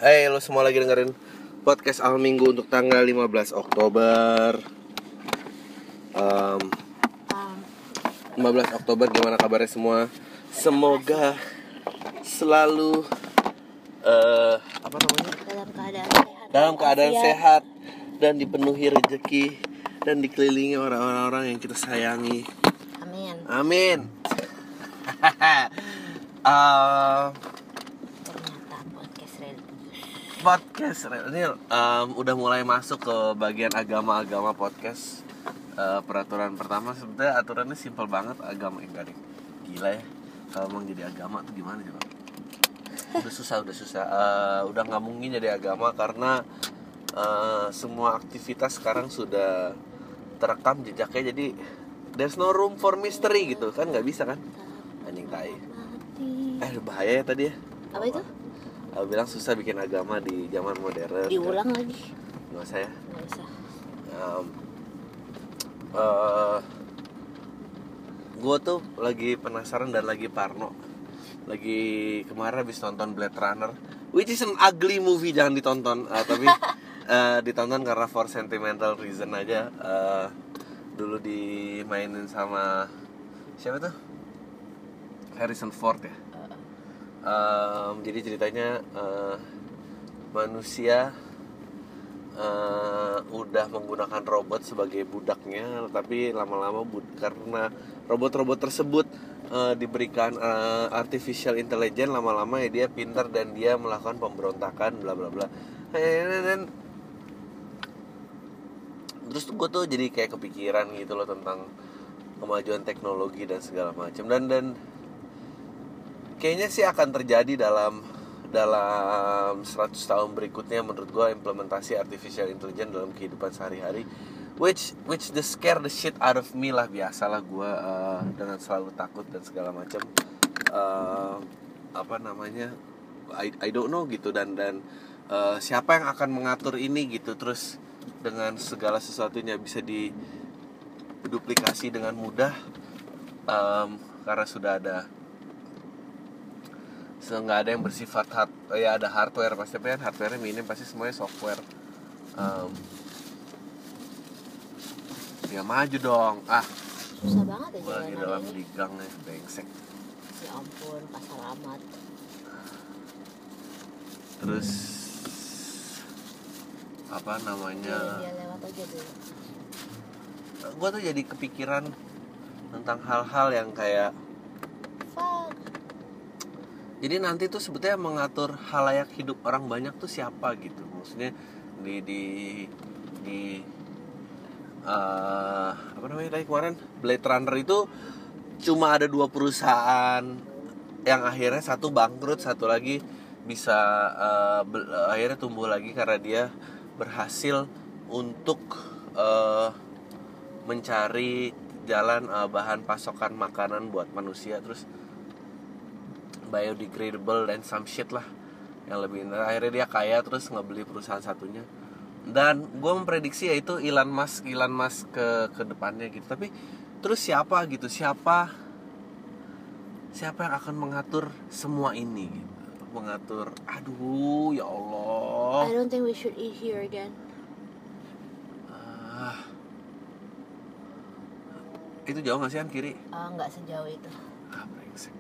Hai, lo semua lagi dengerin podcast Al Minggu untuk tanggal 15 Oktober 15 Oktober, gimana kabarnya semua? Semoga selalu dalam keadaan sehat dan dipenuhi rezeki dan dikelilingi orang-orang yang kita sayangi. Amin. Podcast ini udah mulai masuk ke bagian agama-agama podcast. Peraturan pertama sebenarnya aturannya simpel banget, agama enggak deh. Gila ya, kalau mau jadi agama tuh gimana coba? Udah susah. Udah nggak mungkin jadi agama karena semua aktivitas sekarang sudah terekam jejaknya, jadi there's no room for mystery gitu kan, nggak bisa kan? Anjing tai. Bahaya ya tadi ya. Apa itu? Bilang susah bikin agama di zaman modern. Diulang kan? lagi. Nggak usah ya. Nggak usah. Gue tuh lagi penasaran dan lagi parno. Lagi kemarin habis nonton Blade Runner, which is an ugly movie, jangan ditonton. Tapi ditonton karena for sentimental reason aja. Dulu dimainin sama siapa tuh? Harrison Ford ya. Jadi ceritanya manusia udah menggunakan robot sebagai budaknya, tapi lama-lama karena robot-robot tersebut diberikan artificial intelligence, lama-lama ya dia pintar dan dia melakukan pemberontakan bla bla bla. Dan terus gue tuh jadi kayak kepikiran gitu loh tentang kemajuan teknologi dan segala macam, dan kayaknya sih akan terjadi dalam 100 tahun berikutnya menurut gue, implementasi artificial intelligence dalam kehidupan sehari-hari, which the scare the shit out of me lah. Biasalah gue dengan selalu takut dan segala macam, I don't know gitu, dan siapa yang akan mengatur ini gitu. Terus dengan segala sesuatunya bisa diduplikasi dengan mudah, karena sudah ada, nggak ada yang bersifat ya ada hardware pasti, tapi kan hardware-nya minim, pasti semuanya software. Ya maju dong. Susah banget ya gue lagi dalam di gang nih, brengsek. Ya ampun, pasal amat. Terus apa namanya, Dia lewat aja dulu. gue tuh jadi kepikiran tentang hal-hal yang kayak, jadi nanti tuh sebetulnya mengatur halayak hidup orang banyak tuh siapa gitu. Maksudnya apa namanya tadi kemarin Blade Runner itu cuma ada 2 perusahaan yang akhirnya satu bangkrut, satu lagi bisa akhirnya tumbuh lagi karena dia berhasil untuk mencari jalan bahan pasokan makanan buat manusia, terus biodegradable dan some shit lah yang lebih. Akhirnya dia kaya, terus ngebeli perusahaan satunya. Dan gue memprediksi yaitu Elon Musk ke depannya gitu. Tapi terus siapa yang akan mengatur semua ini gitu. Mengatur, aduh ya Allah. I don't think we should eat here again. Itu jauh gak sih kan kiri? Nggak sejauh itu. Brengsek.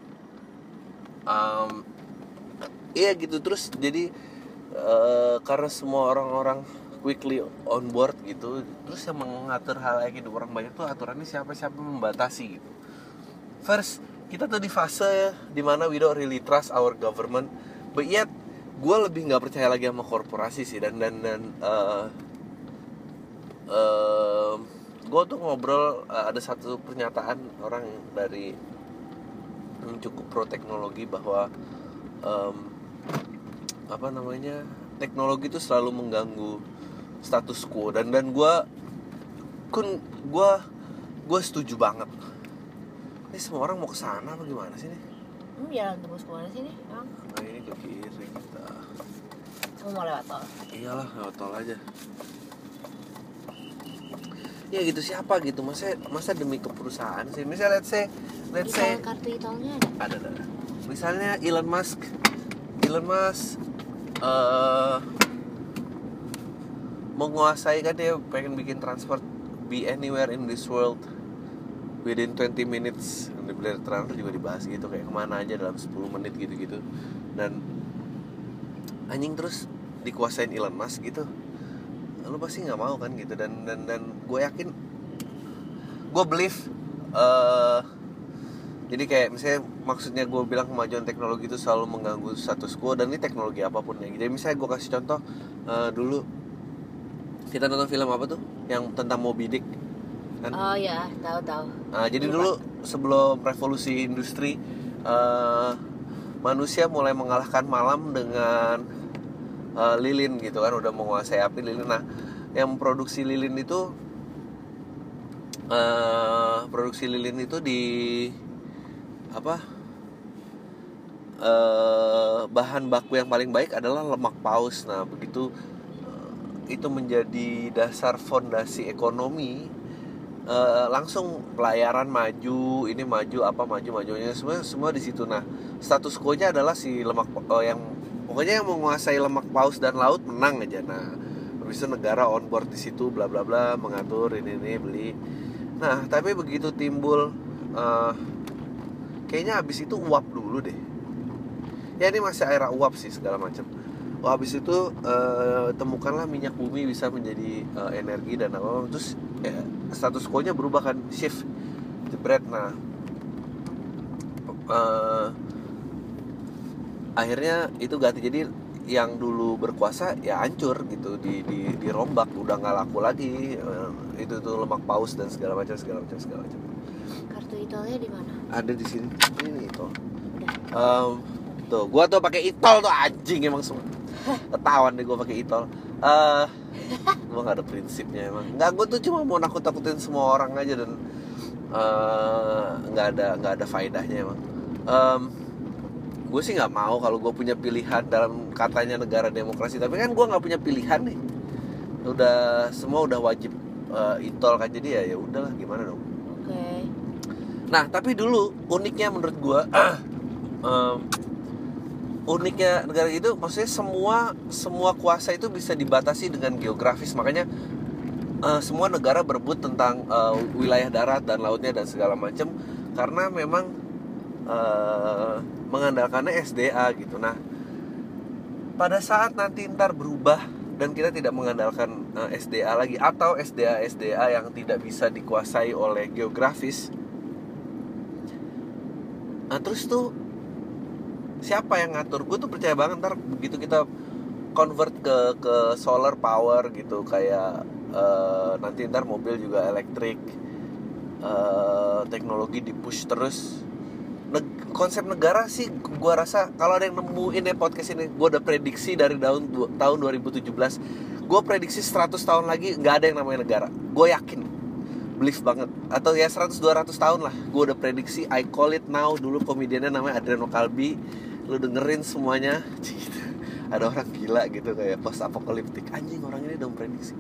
Iya gitu. Terus jadi karena semua orang-orang quickly on board gitu, terus yang mengatur hal kayak hidup orang banyak tuh aturannya siapa membatasi gitu. First, kita tuh di fase dimana we don't really trust our government, but yet gue lebih nggak percaya lagi sama korporasi sih. Dan gue tuh ngobrol, ada satu pernyataan orang dari yang cukup pro teknologi bahwa teknologi itu selalu mengganggu status quo, dan gue setuju banget. Ini semua orang mau ke sana apa gimana sih nih? Jalan tembus kemana sih nih? Nah, ini ke kiri kita. Kamu mau lewat tol? Iyalah, lewat tol aja. Ya gitu, siapa gitu, masa demi ke perusahaan sih. Misalnya let's say kartu e-tolnya ada. Misalnya Elon Musk menguasai, kan dia pengen bikin transport be anywhere in this world within 20 minutes. Di Blade Runner juga dibahas gitu, kayak kemana aja dalam 10 menit gitu-gitu. Dan anjing terus dikuasain Elon Musk gitu, lu pasti nggak mau kan gitu. Dan gue yakin, gue believe, jadi kayak misalnya, maksudnya gue bilang kemajuan teknologi itu selalu mengganggu status quo, dan ini teknologi apapun ya. Jadi misalnya gue kasih contoh, dulu kita nonton film apa tuh yang tentang Moby Dick kan? Oh ya, tahu. Jadi dulu sebelum revolusi industri, manusia mulai mengalahkan malam dengan lilin gitu kan, udah menguasai api lilin. Nah, yang produksi lilin itu di bahan baku yang paling baik adalah lemak paus. Nah, begitu itu menjadi dasar fondasi ekonomi, langsung pelayaran maju, ini majunya semua di situ. Nah, status quo-nya adalah si lemak yang pokoknya yang menguasai lemak paus dan laut menang aja. Nah, habis itu negara on board di situ, bla bla bla, mengatur ini beli. Nah, tapi begitu timbul, kayaknya habis itu uap dulu deh. Ya ini masih era uap sih segala macam. Habis itu temukanlah minyak bumi bisa menjadi energi dan apa. Terus status quo-nya berubah kan, shift jebret. Nah, akhirnya itu ganti, jadi yang dulu berkuasa ya hancur gitu, dirombak, udah nggak laku lagi. Itu tuh lemak paus dan segala macam. Kartu itolnya di mana? Ada di sini. Ini itol. Udah. Tuh, gua tuh pakai itol tuh, anjing emang semua. Ketahuan deh gua pakai itol. Gua nggak ada prinsipnya emang. Nggak, gua tuh cuma mau nakut-nakutin semua orang aja, dan nggak ada faedahnya emang. Gue sih nggak mau kalau gue punya pilihan dalam katanya negara demokrasi, tapi kan gue nggak punya pilihan nih. Semua udah wajib itol kan, jadi ya udahlah, gimana dong. Oke. Nah, tapi dulu uniknya menurut gue, uniknya negara itu, maksudnya semua kuasa itu bisa dibatasi dengan geografis. Makanya semua negara berebut tentang wilayah darat dan lautnya dan segala macam, karena memang mengandalkannya SDA gitu. Nah, pada saat nanti ntar berubah dan kita tidak mengandalkan SDA lagi, atau SDA yang tidak bisa dikuasai oleh geografis, nah terus tuh siapa yang ngatur? Gue tuh percaya banget ntar begitu kita convert ke solar power gitu, kayak nanti ntar mobil juga elektrik, teknologi dipush terus. Konsep negara sih gue rasa, kalau ada yang nemuin podcast ini, gue udah prediksi dari tahun 2017. Gue prediksi 100 tahun lagi nggak ada yang namanya negara. Gue yakin, believe banget. Atau ya 100-200 tahun lah, gue udah prediksi. I call it now. Dulu komediannya namanya Adriano Calbi, lu dengerin semuanya. Ada orang gila gitu kayak post apokaliptik, anjing orang ini udah prediksi.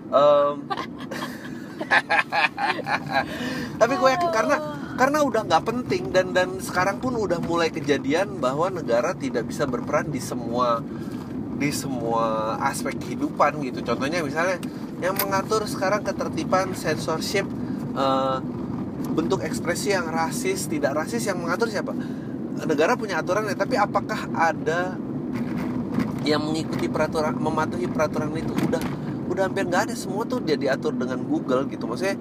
Tapi gue yakin karena udah nggak penting, dan sekarang pun udah mulai kejadian bahwa negara tidak bisa berperan di semua aspek kehidupan gitu. Contohnya misalnya yang mengatur sekarang ketertiban, censorship, bentuk ekspresi yang rasis, tidak rasis, yang mengatur siapa? Negara punya aturan ya, tapi apakah ada yang mengikuti peraturan, mematuhi peraturan itu? Udah hampir nggak ada. Semua tuh dia diatur dengan Google gitu. Maksudnya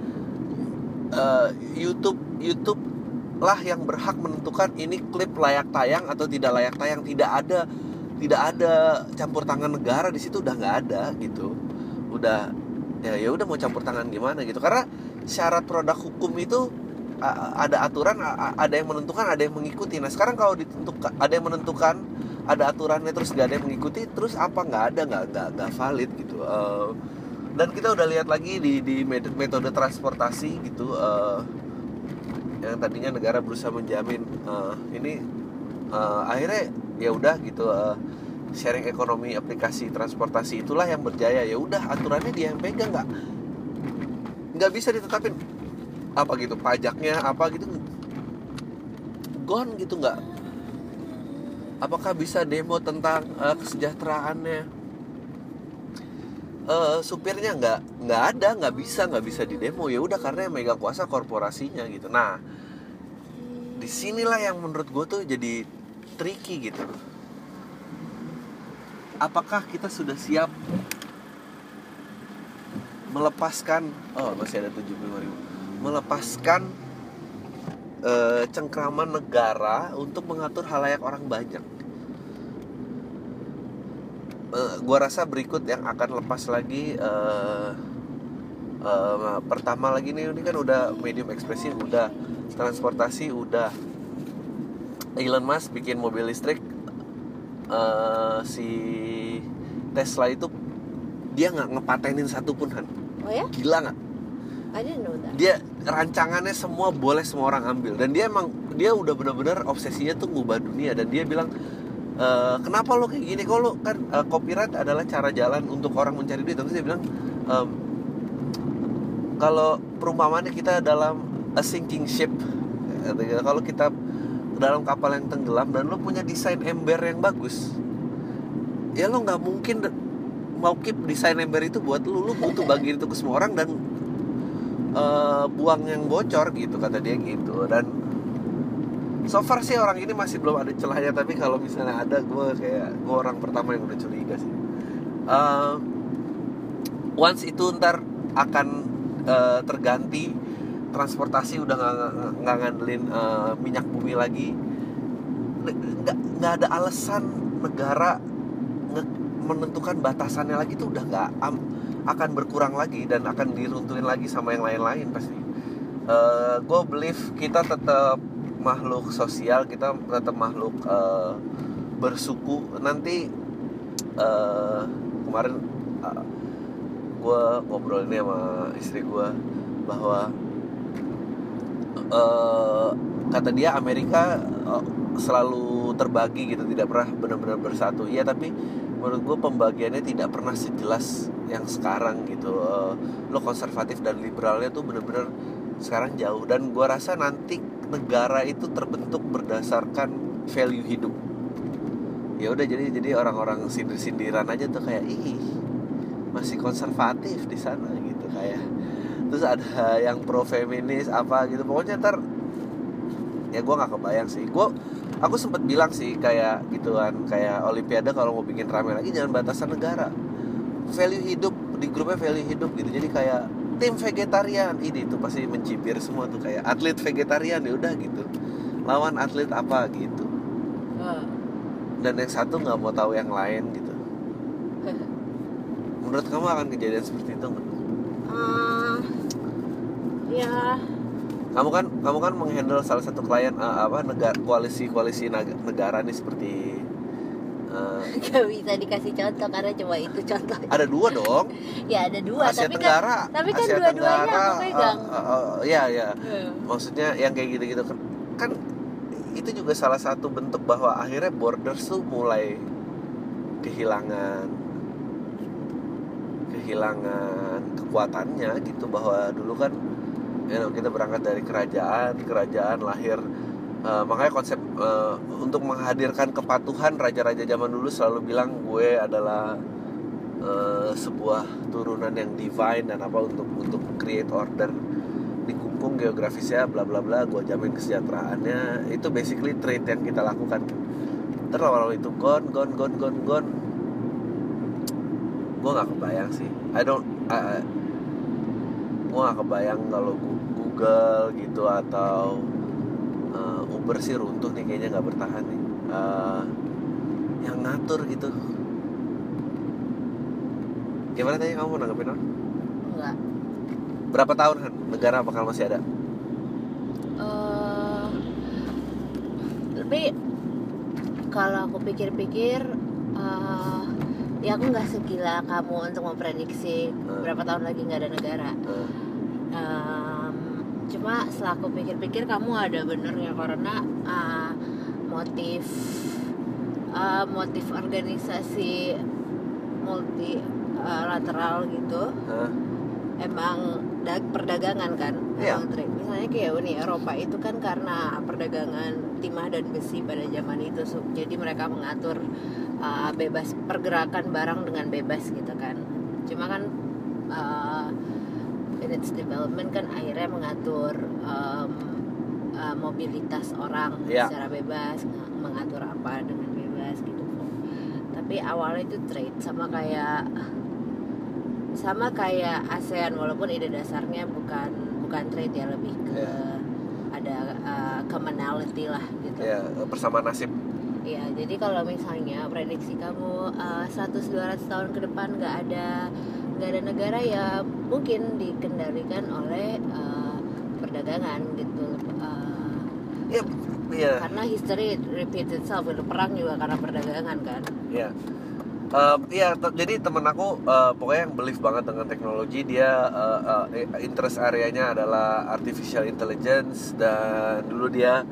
YouTube lah yang berhak menentukan ini klip layak tayang atau tidak layak tayang. Tidak ada campur tangan negara di situ, udah nggak ada gitu. Udah ya udah mau campur tangan gimana gitu. Karena syarat produk hukum itu ada aturan, ada yang menentukan, ada yang mengikuti. Nah, sekarang kalau ditentukan, ada yang menentukan, ada aturannya, terus nggak ada yang mengikuti, terus apa? Nggak valid gitu. Dan kita udah lihat lagi di metode transportasi gitu, yang tadinya negara berusaha menjamin ini, akhirnya ya udah gitu, sharing ekonomi aplikasi transportasi itulah yang berjaya. Ya udah, aturannya dia yang pegang, nggak bisa ditetapin apa gitu pajaknya apa gitu, gone gitu, nggak Apakah bisa demo tentang kesejahteraannya? Supirnya nggak bisa didemo. Ya udah, karena yang megang kuasa korporasinya gitu. Nah, disinilah yang menurut gue tuh jadi tricky gitu. Apakah kita sudah siap melepaskan masih ada 75.000, melepaskan cengkraman negara untuk mengatur halayak orang banyak? Gua rasa berikut yang akan lepas lagi. Pertama lagi nih, ini kan udah medium ekspresi, udah transportasi, udah Elon Musk bikin mobil listrik. Si Tesla itu dia nggak ngepatenin satupun, Han. Oh ya? Gila nggak? I didn't know that. Dia rancangannya semua boleh semua orang ambil, dan dia udah benar-benar obsesinya tuh ngubah dunia. Dan dia bilang, kenapa lo kayak gini? Kalau kan copyright adalah cara jalan untuk orang mencari duit. Terus dia bilang, kalau perumpamaannya kita dalam a sinking ship, kalau kita dalam kapal yang tenggelam dan lo punya desain ember yang bagus, ya lo nggak mungkin mau keep desain ember itu buat lo butuh bagiin itu ke semua orang dan buang yang bocor gitu, kata dia gitu. Dan so far sih orang ini masih belum ada celahnya, tapi kalau misalnya ada, gue orang pertama yang udah curiga sih. Once itu ntar akan terganti, transportasi udah nggak ngandelin minyak bumi lagi, nggak ada alasan negara menentukan batasannya lagi, tuh udah nggak akan berkurang lagi dan akan diruntuhin lagi sama yang lain-lain pasti. Gue believe kita tetap makhluk sosial, kita tetap makhluk bersuku. Nanti kemarin gue ngobrol ini sama istri gue bahwa kata dia Amerika selalu terbagi gitu, tidak pernah benar-benar bersatu. Iya, tapi menurut gue pembagiannya tidak pernah sejelas yang sekarang gitu. Lo konservatif dan liberalnya tuh benar-benar sekarang jauh. Dan gue rasa nanti negara itu terbentuk berdasarkan value hidup. Ya udah, jadi orang-orang sindir-sindiran aja tuh kayak, ih masih konservatif di sana gitu kayak. Terus ada yang pro feminis apa gitu. Pokoknya ntar ya gue nggak kebayang sih. Aku sempet bilang sih kayak gituan, kayak Olimpiade kalau mau bikin rame lagi jangan batasan negara, value hidup, di grupnya value hidup gitu. Jadi kayak tim vegetarian ini tuh pasti mencibir semua tuh, kayak atlet vegetarian, ya udah gitu lawan atlet apa gitu. Dan yang satu nggak mau tahu yang lain gitu. Menurut kamu akan kejadian seperti itu nggak? Ya. Kamu kan menghandle salah satu klien koalisi negara nih seperti Gak bisa dikasih contoh karena cuma itu contoh. ada 2 dong. Ya ada 2, Asia tapi Tenggara, tapi kan Asia dua-duanya Tenggara, aku pegang. Ya. Maksudnya yang kayak gitu-gitu kan itu juga salah satu bentuk bahwa akhirnya borders tuh mulai kehilangan kekuatannya gitu. Bahwa dulu kan kita berangkat dari kerajaan lahir, makanya konsep untuk menghadirkan kepatuhan, raja-raja zaman dulu selalu bilang gue adalah sebuah turunan yang divine dan apa, untuk create order, dikungkung geografisnya bla bla bla, gue jamin kesejahteraannya. Itu basically trade yang kita lakukan. Terus kalau itu gone, gue nggak kebayang sih. Gue nggak kebayang kalau Google gitu atau Uber sih runtuh nih kayaknya, nggak bertahan nih. Yang ngatur gitu. Gimana tadi kamu nanggepin orang? Enggak. Berapa tahun kan negara bakal masih ada? Tapi kalau aku pikir-pikir, ya aku nggak segila kamu untuk memprediksi berapa tahun lagi nggak ada negara. Cuma setelah aku pikir-pikir, kamu ada benernya, karena motif organisasi multilateral gitu emang perdagangan kan, Iya. emang trade. Misalnya kayak Uni Eropa itu kan karena perdagangan timah dan besi pada zaman itu. Jadi mereka mengatur bebas pergerakan barang dengan bebas gitu kan. Cuma kan in its development kan akhirnya mengatur mobilitas orang secara bebas, mengatur apa dengan bebas gitu. Tapi awalnya itu trade sama kayak ASEAN, walaupun ide dasarnya bukan trade ya, lebih ke ada commonality lah gitu. Bersama nasib. Iya, jadi kalau misalnya prediksi kamu 100-200 tahun ke depan nggak ada negara, ya mungkin dikendalikan oleh perdagangan gitu. Karena history repeats itself, itu perang juga karena perdagangan kan. Jadi temen aku pokoknya yang believe banget dengan teknologi. Dia interest areanya adalah artificial intelligence, dan dulu dia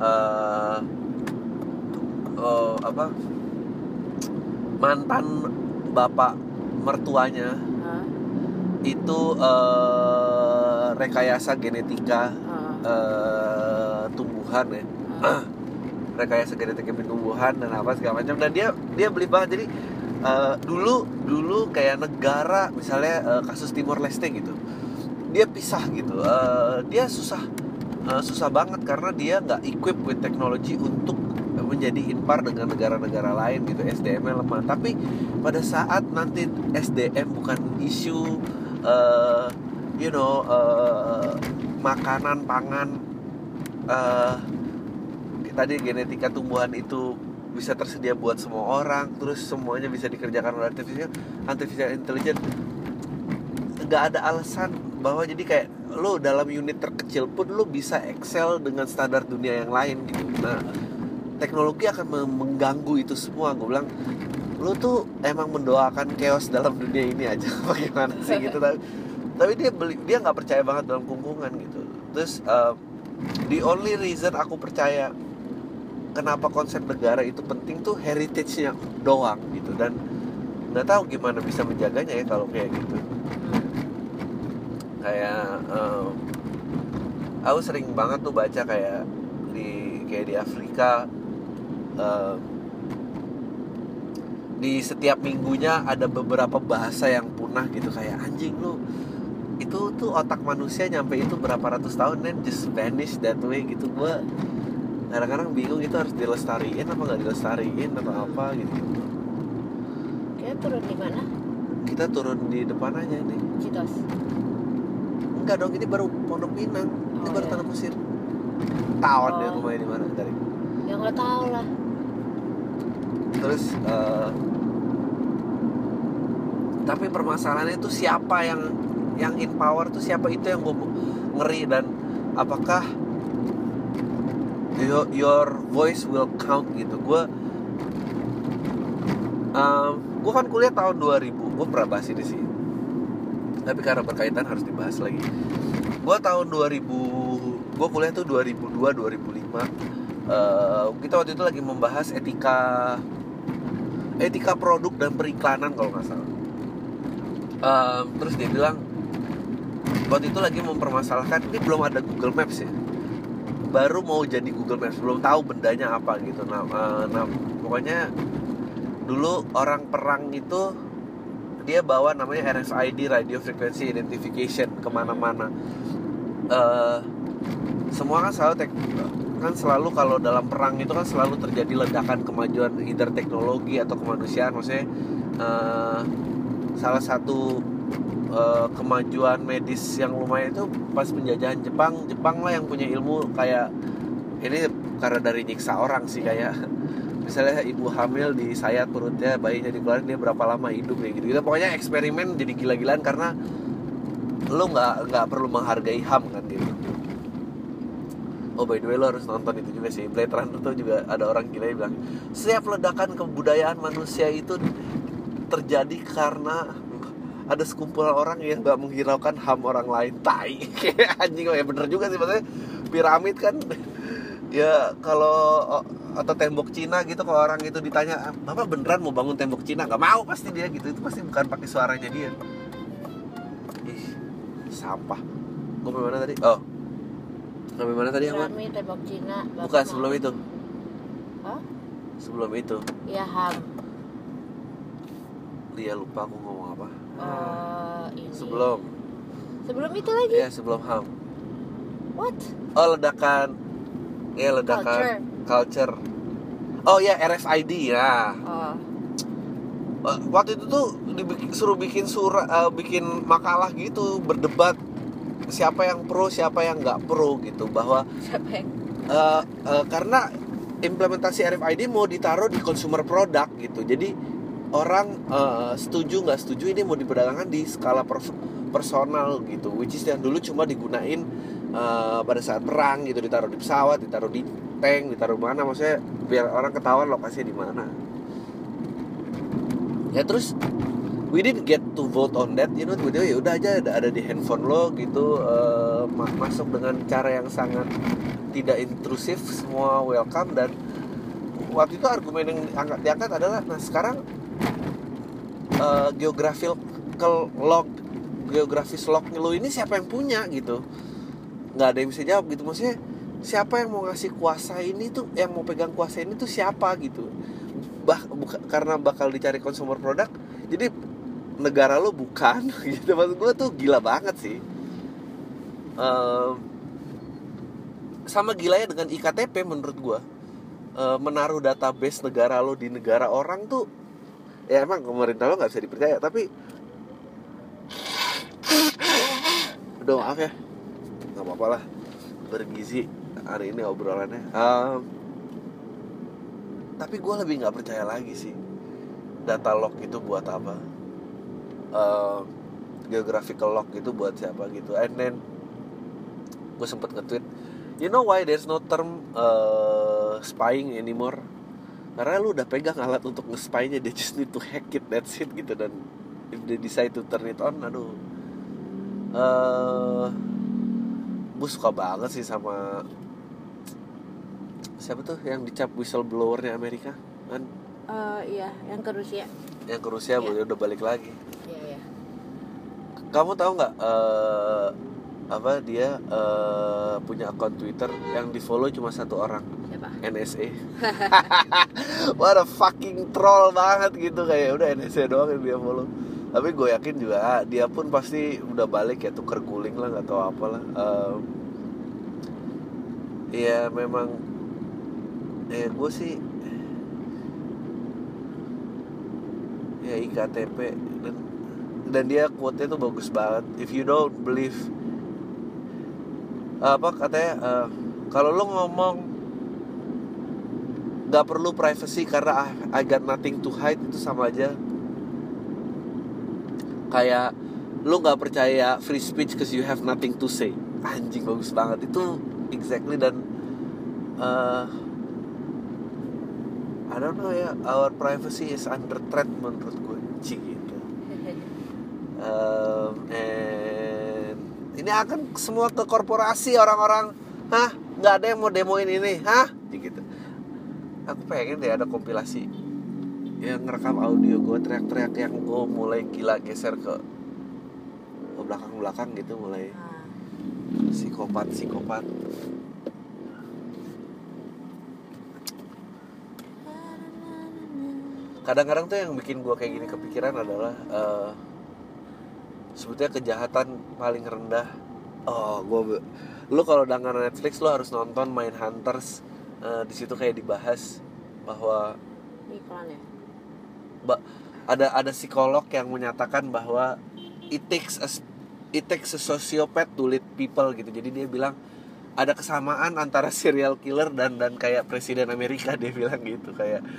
mantan bapak mertuanya itu rekayasa genetika tumbuhan ya. Rekayasa genetika tumbuhan dan apa segala macam, dan dia beli banget. Jadi dulu kayak negara misalnya kasus Timor Leste gitu, dia pisah gitu. Dia susah banget karena dia nggak equip with teknologi untuk menjadi impar dengan negara-negara lain gitu. SDM-nya lemah. Tapi pada saat nanti SDM bukan isu makanan, pangan, tadi genetika tumbuhan itu bisa tersedia buat semua orang, terus semuanya bisa dikerjakan oleh artificial intelligence. Gak ada alasan bahwa jadi kayak lo dalam unit terkecil pun lo bisa excel dengan standar dunia yang lain gitu. Nah, teknologi akan mengganggu itu semua. Gue bilang, lo tuh emang mendoakan chaos dalam dunia ini aja bagaimana sih gitu. Tapi dia nggak percaya banget dalam kungkungan gitu. Terus the only reason aku percaya kenapa konsep negara itu penting tuh heritage-nya doang gitu, dan nggak tahu gimana bisa menjaganya ya kalau kayak gitu. Kayak aku sering banget tuh baca kayak di Afrika, di setiap minggunya ada beberapa bahasa yang punah gitu. Kayak anjing lu, itu tuh otak manusia nyampe itu berapa ratus tahun dan just vanish that way gitu. Gue kadang-kadang bingung itu harus dilestariin apa nggak dilestariin atau apa gitu. Kita turun di mana? Kita turun di depan aja nih. Citos. Enggak dong, ini baru Pondok Pinang. Ini baru Tanah Kusir. Tawon deh rumahnya di mana dari? Ya nggak tahu lah. Terus tapi permasalahannya itu siapa yang in power tuh siapa, itu yang gue ngeri. Dan apakah your voice will count gitu. Gue kan kuliah tahun 2000. Gue pernah bahas ini sih, tapi karena berkaitan harus dibahas lagi. Gue tahun 2000, gue kuliah tuh 2002-2005. Kita waktu itu lagi membahas etika produk dan periklanan kalau nggak salah. Terus dia bilang waktu itu lagi mempermasalahkan, ini belum ada Google Maps ya, baru mau jadi Google Maps, belum tahu bendanya apa gitu. Nah pokoknya dulu orang perang itu dia bawa namanya RFID, Radio Frequency Identification, kemana-mana. Semua kan selalu kalau dalam perang itu kan selalu terjadi ledakan kemajuan either teknologi atau kemanusiaan. Maksudnya salah satu kemajuan medis yang lumayan itu pas penjajahan Jepang lah yang punya ilmu kayak ini, karena dari nyiksa orang sih. Kayak misalnya ibu hamil disayat perutnya, bayinya dikeluarin, dia berapa lama hidup kayak gitu. Pokoknya eksperimen jadi gila-gilaan karena lo nggak perlu menghargai HAM kan gitu. Oh by the way, lo harus nonton itu juga sih, Blade Runner tuh juga ada orang gila yang bilang setiap ledakan kebudayaan manusia itu terjadi karena ada sekumpulan orang yang nggak menghiraukan HAM orang lain. Tai. Kayak anjing. Ya bener juga sih, maksudnya piramid kan ya kalau atau tembok Cina gitu, kalau orang itu ditanya Bapak beneran mau bangun tembok Cina, nggak mau pasti dia gitu. Itu pasti bukan pakai suaranya dia. Ih, sampah. Gue mana tadi? Oh, Sampai mana tadi Ahmad? Piramid, tembok Cina. Bukan, sebelum itu. Hah? Sebelum itu. Ya HAM. Dia lupa aku ngomong apa. Ini. Sebelum itu lagi. Ya, sebelum HAM. What? Oh, ledakan. Ya, ledakan culture. Oh ya, RFID ya. Oh. Waktu itu tuh suruh bikin bikin makalah gitu, berdebat siapa yang pro, siapa yang nggak pro gitu, bahwa Siapa yang? karena implementasi RFID mau ditaruh di consumer product gitu. Jadi orang setuju nggak setuju ini mau diperdagangkan di skala personal gitu, which is yang dulu cuma digunain pada saat perang gitu, ditaruh di pesawat, ditaruh di tank, ditaruh mana, maksudnya biar orang ketahuan lokasinya di mana. Ya terus we didn't get to vote on that, you know, ya udah aja ada di handphone lo gitu, masuk dengan cara yang sangat tidak intrusif, semua welcome. Dan waktu itu argumen yang diangkat adalah, nah sekarang geografis lognya lo ini siapa yang punya gitu, nggak ada yang bisa jawab gitu. Maksudnya siapa yang mau ngasih kuasa ini tuh, yang mau pegang kuasa ini tuh siapa gitu. Karena bakal dicari consumer product, jadi negara lo bukan gitu. Maksud gue tuh gila banget sih. Sama gilanya dengan IKTP menurut gue. Menaruh database negara lo di negara orang tuh, ya emang pemerintah lo nggak bisa dipercaya. Tapi udah maaf ya, nggak apa-apa lah, bergizi hari ini obrolannya. Tapi gue lebih nggak percaya lagi sih data log itu buat apa, geographical log itu buat siapa gitu. And then gue sempet nge-tweet, you know why there's no term spying anymore? Karena lu udah pegang alat untuk nge-spy-nya, they just need to hack it, that's it gitu. Dan if they decide to turn it on, aduh, gue suka banget sih sama siapa tuh yang dicap whistleblower-nya Amerika kan? Iya, yang ke Rusia. Yang ke Rusia, Iya. udah balik lagi. Iya. Kamu tahu nggak apa dia punya akun Twitter yang di follow cuma satu orang? Siapa? NSA. What a fucking troll banget gitu, kayak udah NSA doang yang dia follow. Tapi gue yakin juga dia pun pasti udah balik ya, tuker guling lah, nggak tahu apalah. Ya memang, gue sih ya IKTP, dan dia quote-nya tuh bagus banget. If you don't believe, apa katanya, kalau lo ngomong nggak perlu privacy karena I got nothing to hide, itu sama aja kayak lo nggak percaya free speech cause you have nothing to say. Anjing, bagus banget itu, exactly. Dan I don't know ya, our privacy is under threat menurut gue, gitu. And ini akan semua ke korporasi, orang-orang, nggak ada yang mau demoin ini, gitu. Aku pengen deh ada kompilasi yang ngerekam audio gue teriak-teriak, yang gue mulai gila geser ke belakang-belakang gitu, mulai psikopat. Kadang-kadang tuh yang bikin gue kayak gini kepikiran adalah sebetulnya kejahatan paling rendah. Lu kalau langganan Netflix lu harus nonton Mindhunters. Di situ kayak dibahas bahwa Iklan ya? ada psikolog yang menyatakan bahwa it takes a sociopath to lead people gitu. Jadi dia bilang ada kesamaan antara serial killer dan kayak presiden Amerika, dia bilang gitu. Kayak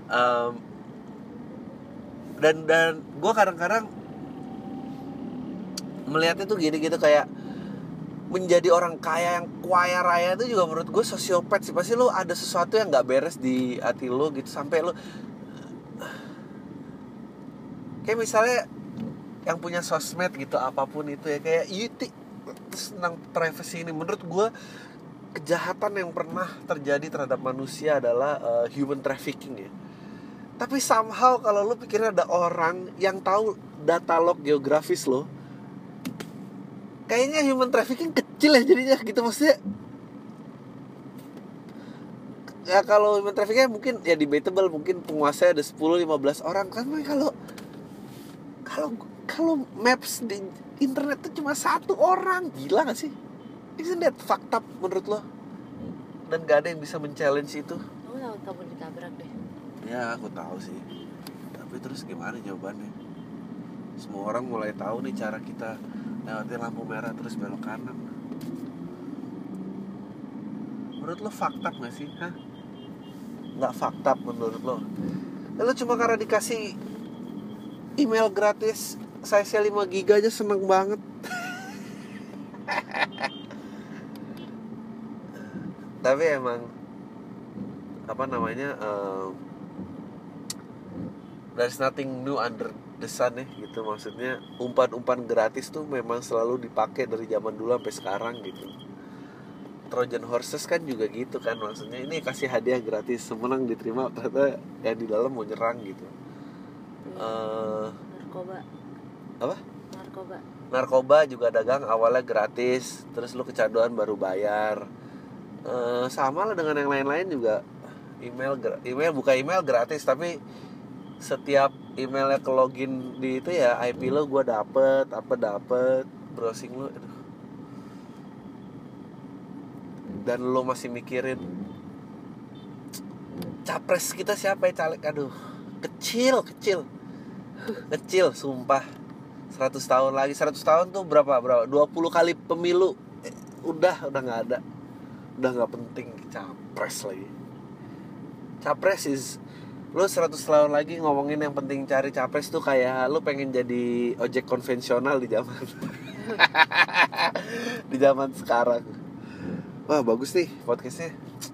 dan gue kadang-kadang melihatnya tuh gini gitu, kayak menjadi orang kaya yang kaya raya itu juga menurut gue sosiopat sih. Pasti lo ada sesuatu yang nggak beres di hati lo gitu, sampai lo kayak misalnya yang punya sosmed gitu, apapun itu ya, kayak tentang privacy ini. Menurut gue kejahatan yang pernah terjadi terhadap manusia adalah human trafficking ya. Tapi somehow kalau lo pikirnya ada orang yang tahu data log geografis lo, kayaknya human trafficking kecil ya jadinya gitu. Maksudnya ya kalau human trafficking mungkin ya debatable, mungkin penguasanya ada 10-15 orang kan. Kalau maps di internet tuh cuma 1 orang, gila gak sih? Isn't that fucked up menurut lo? Dan gak ada yang bisa men-challenge itu. Aku takut kamu ditabrak deh. Ya aku tahu sih, tapi terus gimana jawabannya? Semua orang mulai tahu nih cara kita lewatin lampu merah terus belok kanan. Menurut lo fucked up gak sih? Hah? Gak fucked up menurut lo? Lo cuma karena dikasih email gratis size 5 GB aja seneng banget. Tapi emang apa namanya, there's nothing new under the sun ya gitu. Maksudnya umpan-umpan gratis tuh memang selalu dipakai dari zaman dulu sampai sekarang gitu. Trojan horses kan juga gitu kan, maksudnya ini kasih hadiah gratis, semenang diterima ternyata yang di dalam mau nyerang gitu. Narkoba. Apa? Narkoba juga dagang awalnya gratis, terus lu kecanduan baru bayar. Sama lah dengan yang lain-lain juga. Email buka email gratis, tapi setiap emailnya ke login di itu ya IP lo gue dapet browsing lo, aduh. Dan lo masih mikirin capres kita siapa ya, caleg, aduh, kecil sumpah. 100 tahun lagi, 100 tahun tuh berapa 20 kali pemilu, udah nggak ada, udah nggak penting capres lagi. Capres is, lu 100 tahun lagi ngomongin yang penting cari capres tuh kayak lu pengen jadi ojek konvensional di zaman di zaman sekarang. Wah bagus nih podcastnya.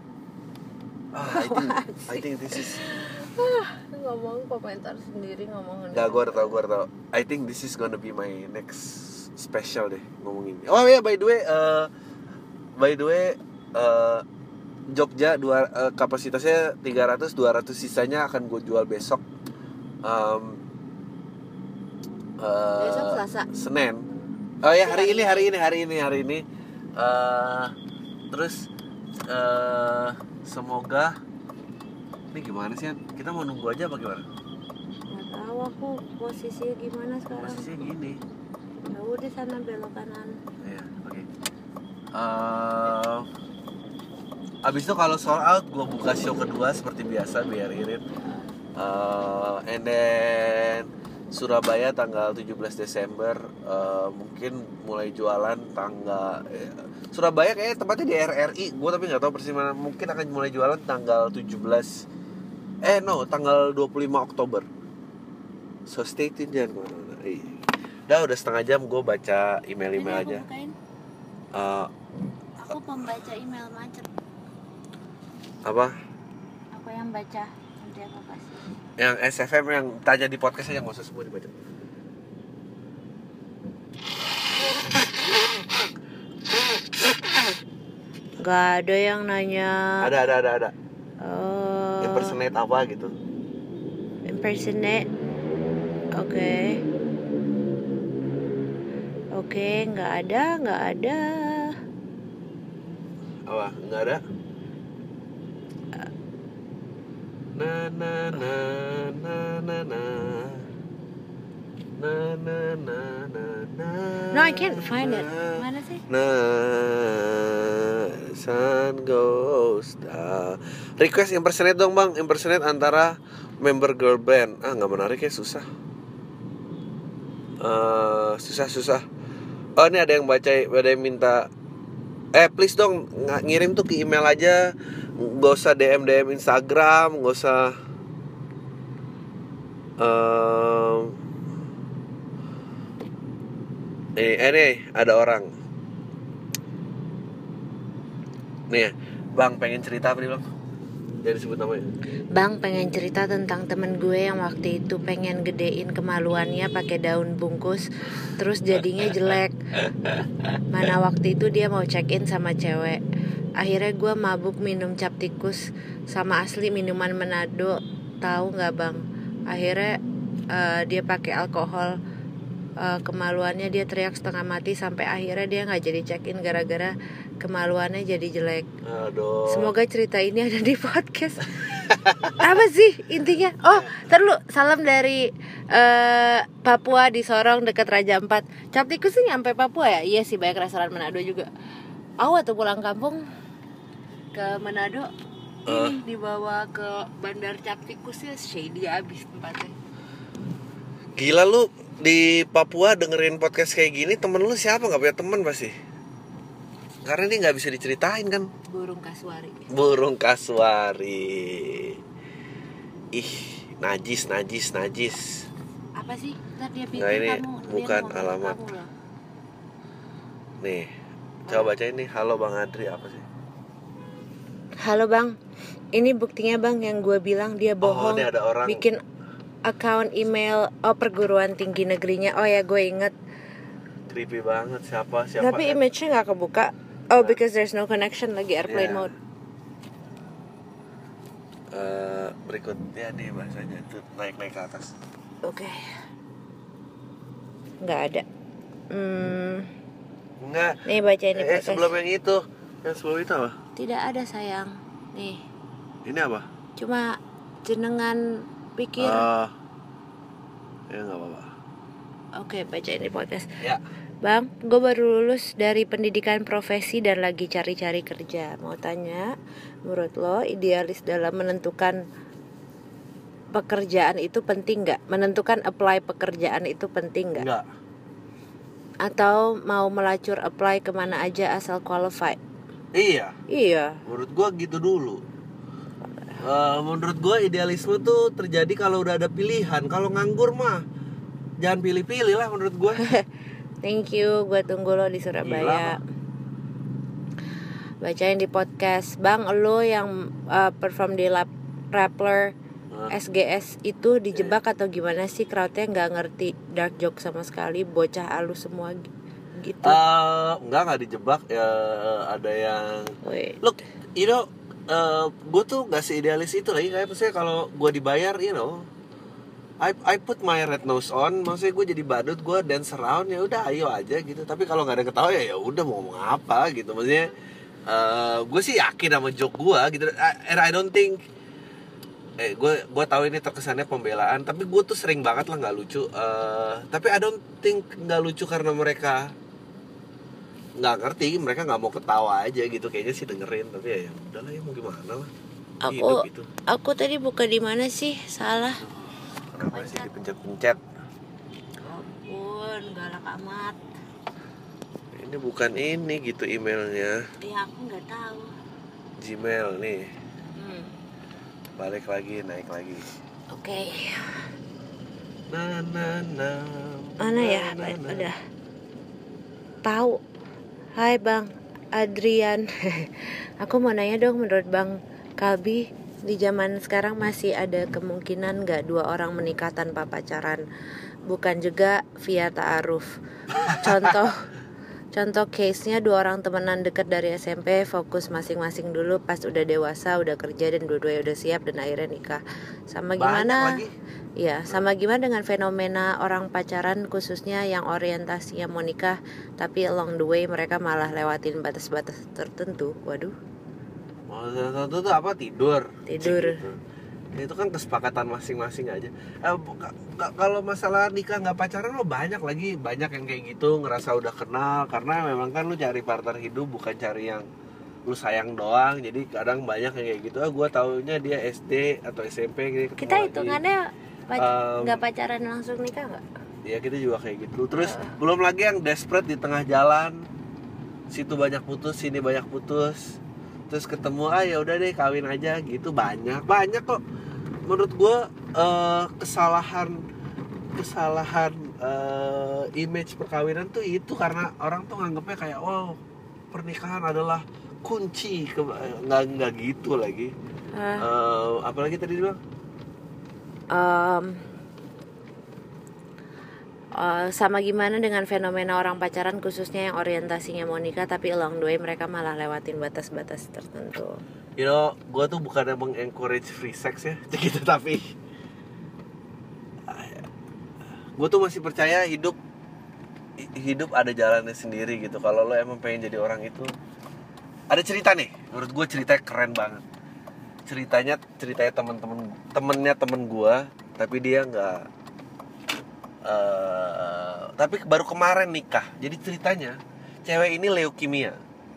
I think this is ngomong komentar sendiri ngomong. Gak, gue udah tau. I think this is gonna be my next special deh ngomongin. Oh ya, by the way, Jogja kapasitasnya 300 sisanya akan gue jual besok. Besok Selasa. Senin. Oh ya, hari ini. Terus semoga ini gimana sih? Kita mau nunggu aja apa gimana? Nggak tahu aku posisinya gimana sekarang. Posisinya gini. Ya udah sana belok kanan. Iya, oke. Abis itu kalau sold out gue buka show kedua seperti biasa biar irit. And then Surabaya tanggal 17 Desember mungkin mulai jualan tanggal Surabaya kayaknya tempatnya di RRI, gue tapi nggak tahu persis mana. Mungkin akan mulai jualan tanggal 25 Oktober. So stay tune, jangan kemana-mana. Udah setengah jam gue baca email aja. Aku pembaca email macet. Apa? Aku yang baca, nanti aku kasih. Yang SFM yang tanya di podcast aja, nggak usah semua dibaca. Gak ada yang nanya. Ada. Impersonate apa gitu? Impersonate. Oke, nggak ada. Apa? Nggak ada? Na. No, I can't find it. Mana sih? Sun goes down. Request impersonate dong bang. Impersonate antara member girl band. Nggak menarik ya, susah. Susah. Oh ini ada yang minta. Please dong ngirim tuh ke email aja. Gak usah DM Instagram. Gak usah Nih ada orang. Nih bang pengen cerita apa nih bang? Jangan disebut namanya. Bang pengen cerita tentang temen gue yang waktu itu pengen gedein kemaluannya pakai daun bungkus, terus jadinya jelek. Mana waktu itu dia mau check in sama cewek. Akhirnya gue mabuk minum cap tikus sama asli minuman Manado. Tahu nggak bang? Akhirnya dia pakai alkohol kemaluannya dia teriak setengah mati sampai akhirnya dia nggak jadi check in gara-gara kemaluannya jadi jelek. Aduh. Semoga cerita ini ada di podcast. Apa sih intinya? Oh, terlalu salam dari Papua di Sorong dekat Raja Ampat. Cap tikus sih nyampe Papua ya? Iya sih, banyak restoran Manado juga. Aku waktu pulang kampung ke Manado ini dibawa ke bandar Cap Tikusnya, shady abis tempatnya. Gila lu di Papua dengerin podcast kayak gini, temen lu siapa? Nggak punya temen pasti. Karena ini nggak bisa diceritain kan. Burung kasuari. Burung kasuari. Ih, najis. Apa sih? Ntar dia pikir Nah, ini kamu bukan dia mau alamat. kamu loh. Nih, coba bacain nih. Halo Bang Adri, apa sih? Halo bang, ini buktinya bang yang gue bilang dia bohong. Ini ada orang. Bikin account email perguruan tinggi negerinya. Oh ya, gue inget. Creepy banget, siapa? Tapi image-nya nggak kebuka. Oh, because there's no connection, lagi airplane Yeah. mode. Berikutnya nih bahasanya tuh naik ke atas. Oke. Nggak ada. Enggak. Nih bacain di podcast. Sebelum yang itu. Yang sebelum itu apa? Tidak ada sayang. Nih. Ini apa? Cuma jenengan pikir. Ya nggak apa-apa. Oke, bacain di podcast. Ya. Bang, gue baru lulus dari pendidikan profesi dan lagi cari-cari kerja. Mau tanya, menurut lo idealis dalam menentukan pekerjaan itu penting nggak? Menentukan apply pekerjaan itu penting nggak? Enggak. Atau mau melacur apply kemana aja asal qualified? Iya. Menurut gua gitu dulu. Menurut gua idealisme tuh terjadi kalau udah ada pilihan. Kalau nganggur mah jangan pilih-pilih lah menurut gua. Thank you, gue tunggu lo di Surabaya. Bacain di podcast. Bang, lo yang perform di Rappler SGS itu dijebak atau gimana sih? Crowdnya nggak ngerti dark joke sama sekali, bocah halus semua gitu. Enggak dijebak ya, ada yang Wait. look, you know, gue tuh nggak seidealis itu lagi. Kayak misalnya kalau gue dibayar, you know, I put my red nose on, maksudnya gue jadi badut, gue dance around, ya udah ayo aja gitu. Tapi kalau nggak ada ketawa ya udah mau ngomong apa gitu. Maksudnya gue sih yakin sama joke gue gitu. And I don't think gue tahu ini terkesannya pembelaan, tapi gue tuh sering banget lah nggak lucu. Tapi I don't think nggak lucu karena mereka nggak ngerti, mereka nggak mau ketawa aja gitu. Kayaknya sih dengerin, tapi ya udahlah ya mau gimana lah. Hidup itu. Aku tadi buka di mana sih? Salah. Kenapa sih dipencet-pencet? Ampun, galak amat. Ini bukan ini gitu emailnya. Ya aku nggak tahu. Gmail nih. Balik lagi, naik lagi. Oke. Mana ya? Udah. Tahu. Hai Bang Adrian. Aku mau nanya dong, menurut Bang Kalbi, di zaman sekarang masih ada kemungkinan nggak dua orang menikah tanpa pacaran? Bukan juga via ta'aruf. Contoh case-nya dua orang temenan dekat dari SMP, fokus masing-masing dulu, pas udah dewasa, udah kerja dan dua-duanya udah siap dan akhirnya nikah. Sama gimana? Iya, sama gimana dengan fenomena orang pacaran khususnya yang orientasinya mau nikah, tapi along the way mereka malah lewatin batas-batas tertentu. Waduh. Itu tuh apa? Tidur. Gitu. Itu kan kesepakatan masing-masing aja. Kalau masalah nikah nggak pacaran lo banyak yang kayak gitu, ngerasa udah kenal, karena memang kan lu cari partner hidup, bukan cari yang lu sayang doang. Jadi kadang banyak yang kayak gitu. Gue taunya dia SD atau SMP gitu. Kita hitungannya nggak pacaran langsung nikah nggak? Ya kita juga kayak gitu. Terus belum lagi yang desperate di tengah jalan, situ banyak putus, sini banyak putus, terus ketemu ya udah deh kawin aja gitu. Banyak kok. Menurut gue kesalahan image perkawinan tuh itu karena orang tuh nganggapnya kayak pernikahan adalah kunci nggak gitu lagi. Apalagi tadi bilang sama gimana dengan fenomena orang pacaran khususnya yang orientasinya mau nikah tapi along the way mereka malah lewatin batas-batas tertentu. You know, gue tuh bukannya meng-encourage free sex ya gitu, tapi gue tuh masih percaya hidup hidup ada jalannya sendiri gitu. Kalau lo emang pengen jadi orang itu, ada cerita nih, menurut gue ceritanya keren banget. Ceritanya temennya temen gue, tapi dia nggak, tapi baru kemarin nikah. Jadi ceritanya, cewek ini leukemia,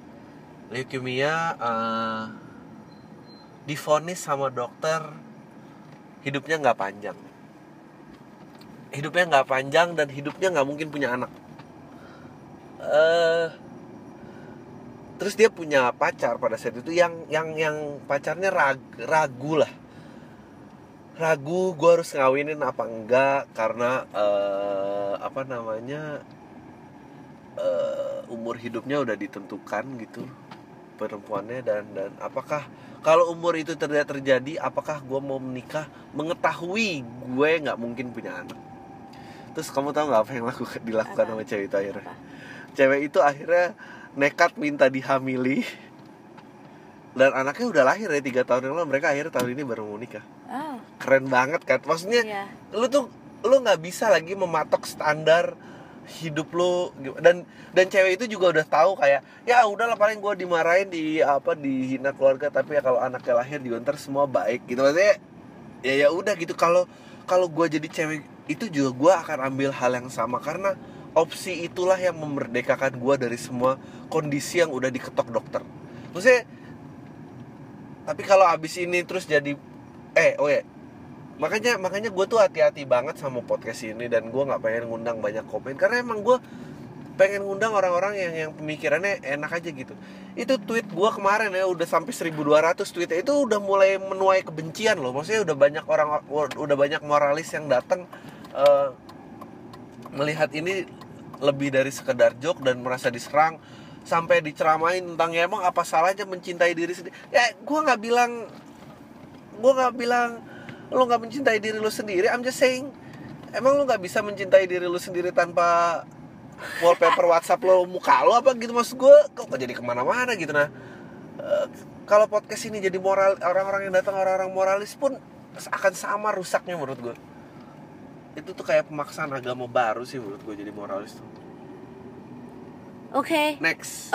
divonis sama dokter hidupnya nggak panjang. Dan hidupnya nggak mungkin punya anak. Terus dia punya pacar pada saat itu yang pacarnya ragu, gue harus ngawinin apa enggak karena umur hidupnya udah ditentukan gitu perempuannya, dan apakah kalau umur itu terjadi, apakah gue mau menikah mengetahui gue nggak mungkin punya anak. Terus kamu tahu nggak apa yang dilakukan sama cewek itu akhirnya? Cewek itu akhirnya nekat minta dihamili, dan anaknya udah lahir ya 3 tahun yang lalu. Mereka akhirnya tahun ini baru mau nikah. Keren banget kan? Maksudnya lu nggak bisa lagi mematok standar hidup lu, dan cewek itu juga udah tahu kayak ya udahlah, paling gue dimarahin, dihina keluarga, tapi ya kalau anaknya lahir juga ntar semua baik gitu. Maksudnya ya udah gitu. Kalau gue jadi cewek itu juga gue akan ambil hal yang sama, karena opsi itulah yang memerdekakan gue dari semua kondisi yang udah diketok dokter. Maksudnya, tapi kalau abis ini terus jadi makanya gue tuh hati-hati banget sama podcast ini, dan gue nggak pengen ngundang banyak komen, karena emang gue pengen ngundang orang-orang yang pemikirannya enak aja gitu. Itu tweet gue kemarin ya udah sampai 1.200 tweet, itu udah mulai menuai kebencian loh. Maksudnya udah banyak moralis yang datang melihat ini lebih dari sekedar joke dan merasa diserang, sampai diceramain tentang ya emang apa salahnya mencintai diri sendiri. Ya gue nggak bilang lo nggak mencintai diri lo sendiri. I'm just saying, emang lo nggak bisa mencintai diri lo sendiri tanpa wallpaper WhatsApp lo muka lo apa gitu. Maksud gue kok jadi kemana-mana gitu. Nah, kalau podcast ini jadi moral, orang-orang yang datang orang-orang moralis pun akan sama rusaknya menurut gue. Itu tuh kayak pemaksaan agama baru sih menurut gue jadi moralis tuh. Oke. Next.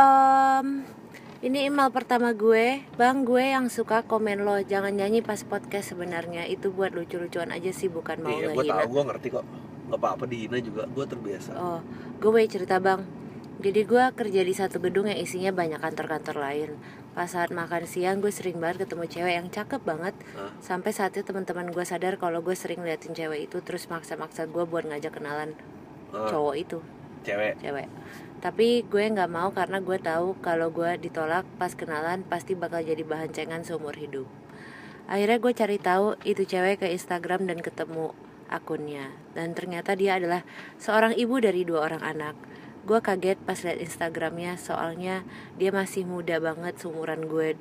Ini email pertama gue. Bang, gue yang suka komen lo, jangan nyanyi pas podcast. Sebenarnya itu buat lucu-lucuan aja sih, bukan mau ngehina. Iya, gue tahu, gue ngerti kok. Gak apa-apa dihina juga, gue terbiasa. Gue cerita bang. Jadi gue kerja di satu gedung yang isinya banyak kantor-kantor lain. Pas saat makan siang gue sering banget ketemu cewek yang cakep banget. Sampai saat itu teman-teman gue sadar kalau gue sering liatin cewek itu, terus maksa-maksa gue buat ngajak kenalan cowok itu. Cewek. Tapi gue nggak mau karena gue tahu kalau gue ditolak pas kenalan pasti bakal jadi bahan cengan seumur hidup. Akhirnya gue cari tahu itu cewek ke Instagram dan ketemu akunnya, dan ternyata dia adalah seorang ibu dari 2 orang anak. Gue kaget pas liat Instagramnya, soalnya dia masih muda banget, seumuran gue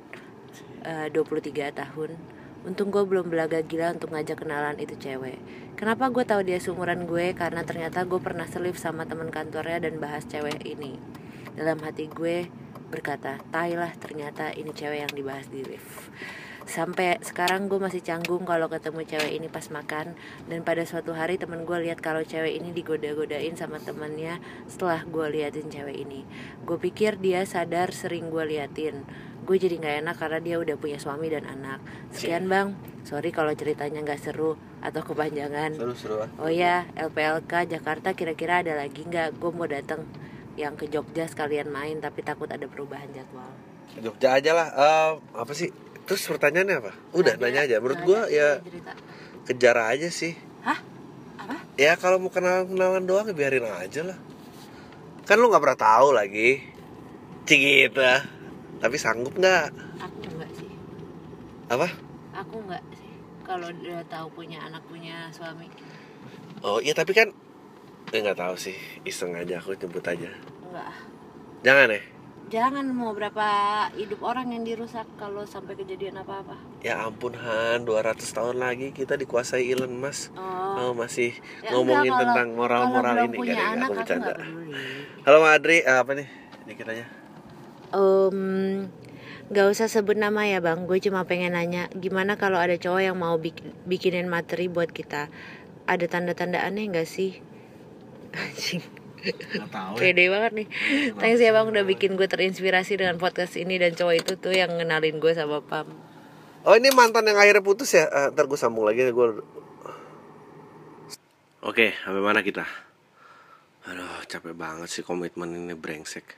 23 tahun. Untung gue belum belaga gila untuk ngajak kenalan itu cewek. Kenapa gue tahu dia seumuran gue? Karena ternyata gue pernah selip sama teman kantornya dan bahas cewek ini. Dalam hati gue berkata, tai lah, ternyata ini cewek yang dibahas di lift. Sampai sekarang gue masih canggung kalau ketemu cewek ini pas makan. Dan pada suatu hari temen gue lihat kalau cewek ini digoda-godain sama temannya setelah gue liatin cewek ini. Gue pikir dia sadar sering gue liatin. Gue jadi gak enak karena dia udah punya suami dan anak. Sekian bang, sorry kalau ceritanya gak seru atau kepanjangan. Seru. Oh ya, LPLK Jakarta kira-kira ada lagi gak? Gue mau datang yang ke Jogja sekalian main, tapi takut ada perubahan jadwal. Jogja aja lah. Apa sih? Terus pertanyaannya apa? Udah nanya aja. Menurut gue ya kejar aja sih. Hah? Apa? Ya kalau mau kenalan doang ya biarin aja lah. Kan lu gak pernah tahu lagi. Gitu. Tapi sanggup nggak? Aku nggak sih. Apa? Aku nggak sih. Kalau udah tahu punya anak, punya suami. Oh iya, tapi kan nggak tahu sih. Iseng aja, aku jemput aja. Enggak. Jangan ya? Jangan, mau berapa hidup orang yang dirusak kalau sampai kejadian apa-apa. Ya ampun Han, 200 tahun lagi kita dikuasai Elon Musk. Masih ya ngomongin enggak, tentang moral-moral ini. Punya anak, aku bercanda. nggak peduli. Halo Mbak Adri, apa nih? Dikit aja. Gak usah sebut nama ya bang. Gue cuma pengen nanya, gimana kalau ada cowok yang mau bikinin materi buat kita? Ada tanda-tanda aneh gak sih? Nggak tahu ya. Pede banget nih. Thanks ya bang udah bikin gue terinspirasi dengan podcast ini. Dan cowok itu tuh yang ngenalin gue sama Pam. Oh ini mantan yang akhirnya putus ya? Ntar gue sambung lagi gue. Oke, sampai mana kita? Aduh, capek banget sih komitmen ini brengsek.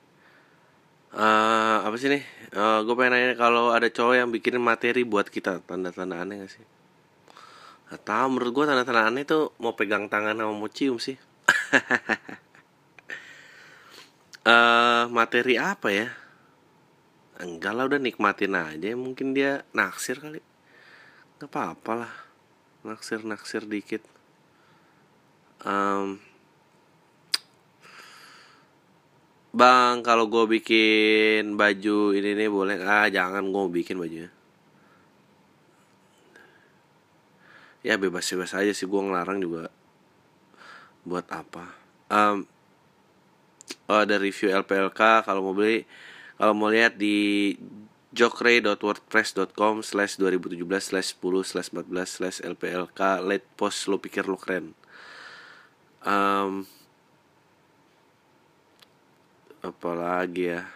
Apa sih nih? Gue pengen nanya kalau ada cowok yang bikinin materi buat kita, tanda-tanda aneh gak sih? Gak tau, menurut gue tanda-tanda aneh tuh mau pegang tangan sama mau cium sih. Materi apa ya? Enggak lah, udah nikmatin aja. Mungkin dia naksir kali. Gak apa-apa lah, naksir dikit. Bang, kalau gue bikin baju ini nih boleh? Jangan, gue mau bikin bajunya. Ya bebas-bebas aja sih, gue ngelarang juga. Buat apa? Ada review LPLK. Kalau mau beli, kalau mau lihat di jokray.wordpress.com/2017/10/14/LPLK late post lo pikir lo keren. Apalagi ya?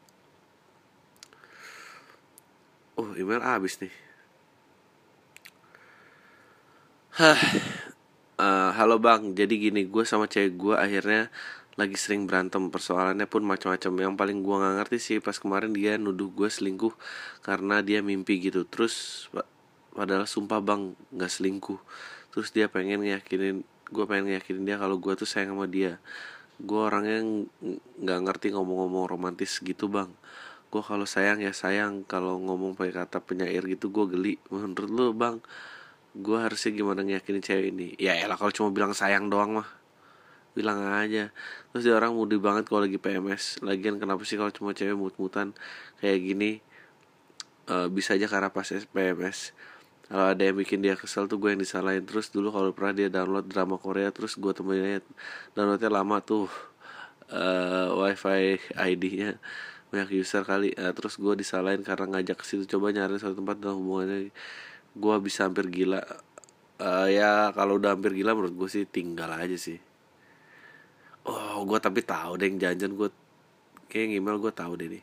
Email habis nih. Halo bang, jadi gini, gue sama cewek gue akhirnya lagi sering berantem. Persoalannya pun macam-macam. Yang paling gue nggak ngerti sih pas kemarin dia nuduh gue selingkuh karena dia mimpi gitu. Terus padahal sumpah bang nggak selingkuh. Terus dia pengen ngeyakinin dia kalau gue tuh sayang sama dia. Gue orangnya nggak ngerti ngomong-ngomong romantis gitu bang. Gue kalau sayang ya sayang, kalau ngomong pakai kata penyair gitu gue geli. Menurut lu bang, gue harusnya gimana ngeyakinin cewek ini? Ya elah, kalau cuma bilang sayang doang mah bilang aja. Terus dia orang mudi banget kalau lagi PMS. Lagian kenapa sih kalau cuma cewek mut-mutan kayak gini? Bisa aja karena pas PMS. Kalau ada yang bikin dia kesel tuh gue yang disalahin. Terus dulu kalau pernah dia download drama Korea, terus gue temennya downloadnya lama tuh, wifi ID-nya banyak user kali. Terus gue disalahin karena ngajak ke situ. Coba nyari satu tempat dalam hubungannya. Gue bisa hampir gila. Ya kalau udah hampir gila menurut gue sih tinggal aja sih. Gue tapi tahu deh yang janjian. Gue kayak email gue tahu deh nih.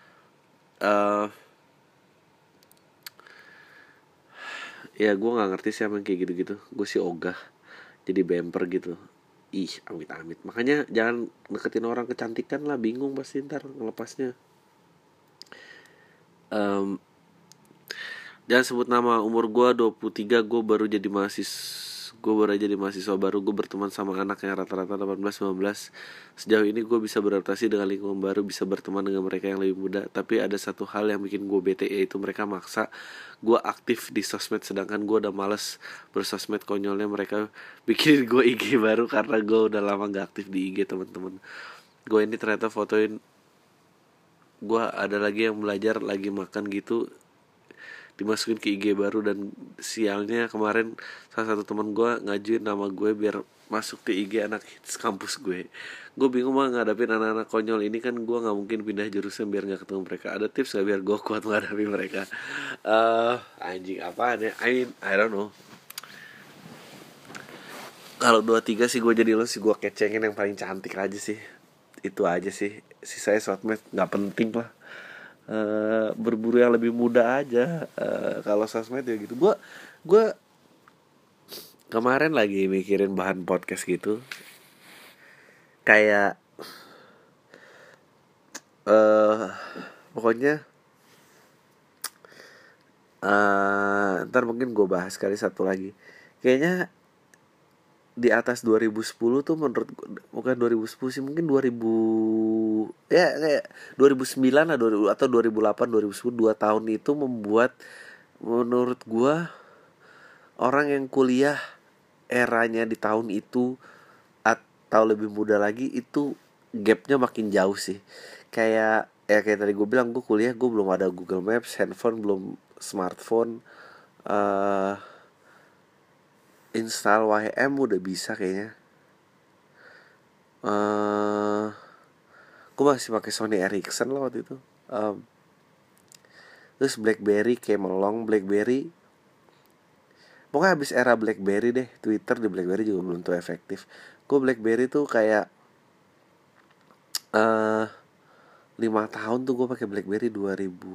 Ya gue nggak ngerti siapa yang kayak gitu-gitu. Gue sih ogah jadi bemper gitu. Ih, amit-amit. Makanya jangan deketin orang kecantikan lah. Bingung pasti ntar ngelepasnya. Jangan sebut nama. Umur gue 23. Gue baru jadi mahasiswa baru. Gue berteman sama anak yang rata-rata 18-19. Sejauh ini gue bisa beradaptasi dengan lingkungan baru, bisa berteman dengan mereka yang lebih muda. Tapi ada satu hal yang bikin gue bete, yaitu mereka maksa gue aktif di sosmed, sedangkan gue udah males bersosmed. Konyolnya mereka bikin gue IG baru karena gue udah lama gak aktif di IG teman-teman. Gue ini ternyata fotoin gue ada lagi yang belajar lagi makan gitu, dimasukin ke IG baru. Dan sialnya kemarin salah satu teman gue ngajuin nama gue biar masuk ke IG anak hits kampus gue. Gue bingung banget ngadapin anak-anak konyol ini. Kan gue nggak mungkin pindah jurusan biar nggak ketemu mereka. Ada tips nggak biar gue kuat menghadapi mereka? Anjing apaan ya? I don't know. Kalau 23 sih gue jadi lo sih, gue kecengin yang paling cantik aja sih. Itu aja sih. Sisanya sosmed nggak penting lah. Berburu yang lebih muda aja. Kalau sosmed ya gitu. Gue kemarin lagi mikirin bahan podcast gitu. Kayak pokoknya ntar mungkin gue bahas kali satu lagi. Kayaknya di atas 2010 tuh menurut gue, bukan 2010 sih, mungkin 2000 ya kayak 2009 lah, 2000 atau 2008 2010, 2 tahun itu membuat menurut gue orang yang kuliah eranya di tahun itu atau lebih muda lagi itu gapnya makin jauh sih. Kayak tadi gue bilang, gue kuliah gue belum ada Google Maps, handphone belum, smartphone, install YM udah bisa kayaknya. Gue masih pakai Sony Ericsson lah waktu itu. Terus BlackBerry kayak melong. BlackBerry pokoknya habis era BlackBerry deh. Twitter di BlackBerry juga belum tuh efektif. Gue BlackBerry tuh kayak eh 5 tahun tuh gue pakai BlackBerry 2000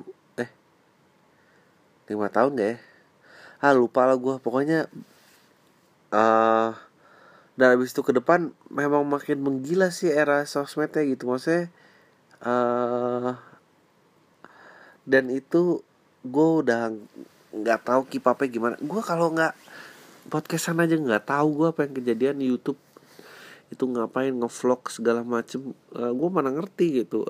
5 tahun gak ya? Lupa lah gue. Pokoknya eh dan abis itu ke depan memang makin menggila sih era sosmednya gitu. Maksudnya eh dan itu gue udah nggak tahu keep up-nya gimana. Gue kalau nggak podcastan aja nggak tahu gue apa yang kejadian di YouTube itu ngapain ngevlog segala macem. Gue mana ngerti gitu.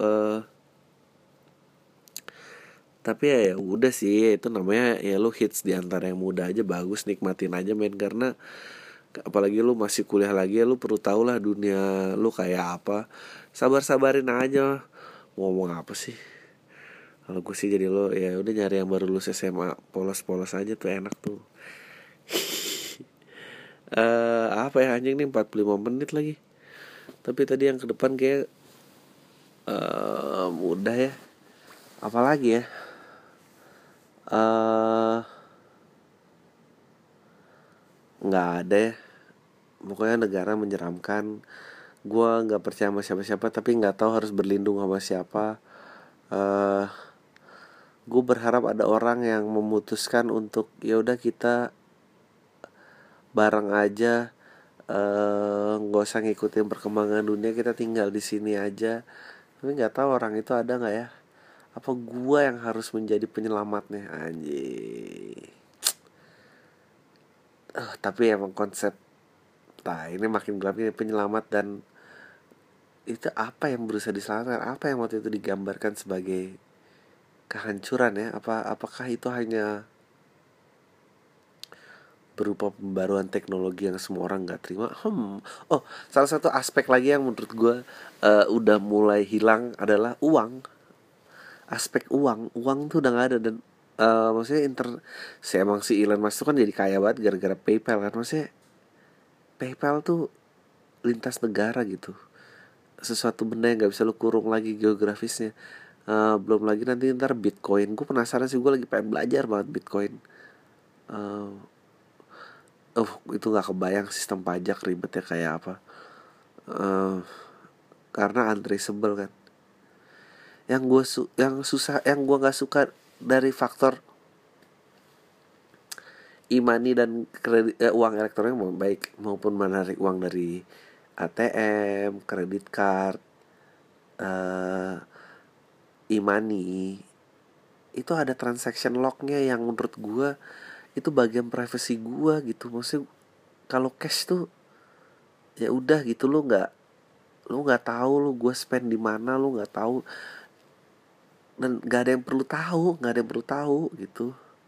Tapi ya udah sih, itu namanya ya lu hits di antara yang muda aja, bagus, nikmatin aja men. Karena apalagi lu masih kuliah lagi ya, lu perlu tahu lah dunia lu kayak apa. Sabar-sabarin aja. Mau ngomong apa sih? Kalau gue sih jadi lo ya udah nyari yang baru lulus SMA, polos-polos aja tuh, enak tuh. Apa ya anjing nih, 45 menit lagi. Tapi tadi yang ke depan kayak mudah ya. Apalagi ya? Nggak ada ya. Pokoknya negara menyeramkan. Gua nggak percaya sama siapa-siapa, tapi nggak tahu harus berlindung sama siapa. Gue berharap ada orang yang memutuskan untuk ya udah kita bareng aja, nggak usah ngikutin perkembangan dunia, kita tinggal di sini aja. Tapi nggak tahu orang itu ada nggak ya? Apa gua yang harus menjadi penyelamatnya, anjing? Tapi emang konsep, nah ini makin gelap ini, penyelamat dan itu apa yang berusaha diselamatkan, apa yang waktu itu digambarkan sebagai kehancuran ya? Apakah itu hanya berupa pembaruan teknologi yang semua orang nggak terima? Salah satu aspek lagi yang menurut gue udah mulai hilang adalah uang. Aspek uang tuh udah nggak ada. Dan maksudnya emang si Elon Musk tuh kan jadi kaya banget gara-gara PayPal kan. Maksudnya PayPal tuh lintas negara gitu, sesuatu benda yang nggak bisa lu kurung lagi geografisnya. Belum lagi nanti ntar Bitcoin, gue penasaran sih, gue lagi pengen belajar banget Bitcoin. uh, itu nggak kebayang sistem pajak ribetnya kayak apa. uh, karena untraceable kan. Yang susah, yang gue nggak suka dari faktor e-money dan kredit, uang elektronik baik maupun menarik uang dari ATM, kredit card, e-money, itu ada transaction lognya yang menurut gue itu bagian privacy gue gitu. Maksudnya kalau cash tuh ya udah gitu, lu nggak tahu lu gue spend di mana, lu nggak tahu, dan nggak ada yang perlu tahu gitu.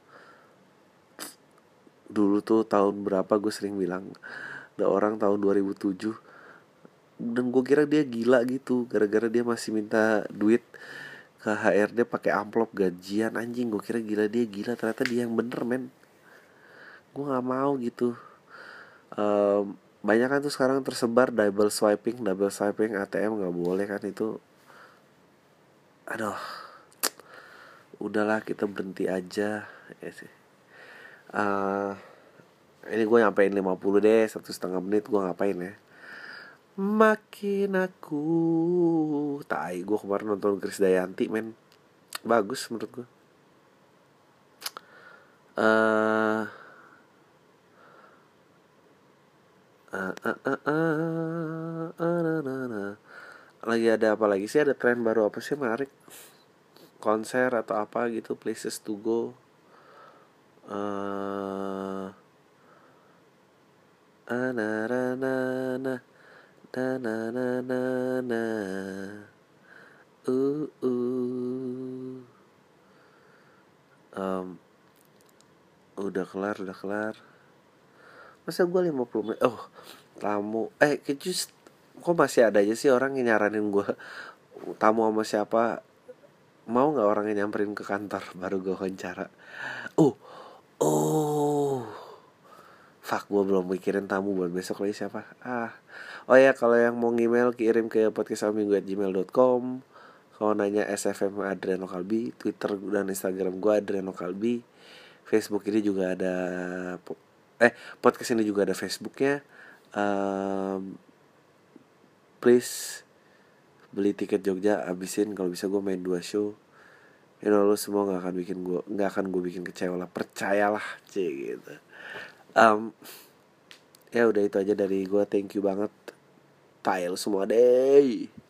Dulu tuh tahun berapa gue sering bilang ada orang tahun 2007, dan gue kira dia gila gitu gara-gara dia masih minta duit ke HRD pakai amplop gajian. Anjing, gue kira dia gila, ternyata dia yang bener men. Gue nggak mau gitu. Banyak kan tuh sekarang tersebar double swiping ATM nggak boleh kan itu. Aduh, udahlah kita berhenti aja ya sih. Ini gue nyampein 50 deh, 1,5 menit gue ngapain ya. Makin aku tai, gue kemarin nonton Krisdayanti men, bagus menurut gue. uh, Lagi ada apa lagi sih, ada tren baru apa sih menarik, konser atau apa gitu, places to go. Anarana na na na na na uh uh udah kelar. Masa gue 50 menit. Tamu kok masih ada aja sih orang yang nyaranin gue tamu sama siapa, mau nggak orang yang nyamperin ke kantor baru gue wawancara. Oh fuck, gue belum mikirin tamu buat besok lagi siapa. Oh ya, kalau yang mau email kirim ke podcastalminggu@gmail.com. Kalau nanya SFM Adriano Kalbi, Twitter dan Instagram gue Adriano Kalbi. Facebook ini juga ada, podcast ini juga ada Facebooknya. Please beli tiket Jogja, abisin. Kalau bisa gue main 2 show. Lu semua nggak akan gue bikin kecewa lah, percayalah, gitu. Ya udah itu aja dari gue. Thank you banget. Tail semua deh.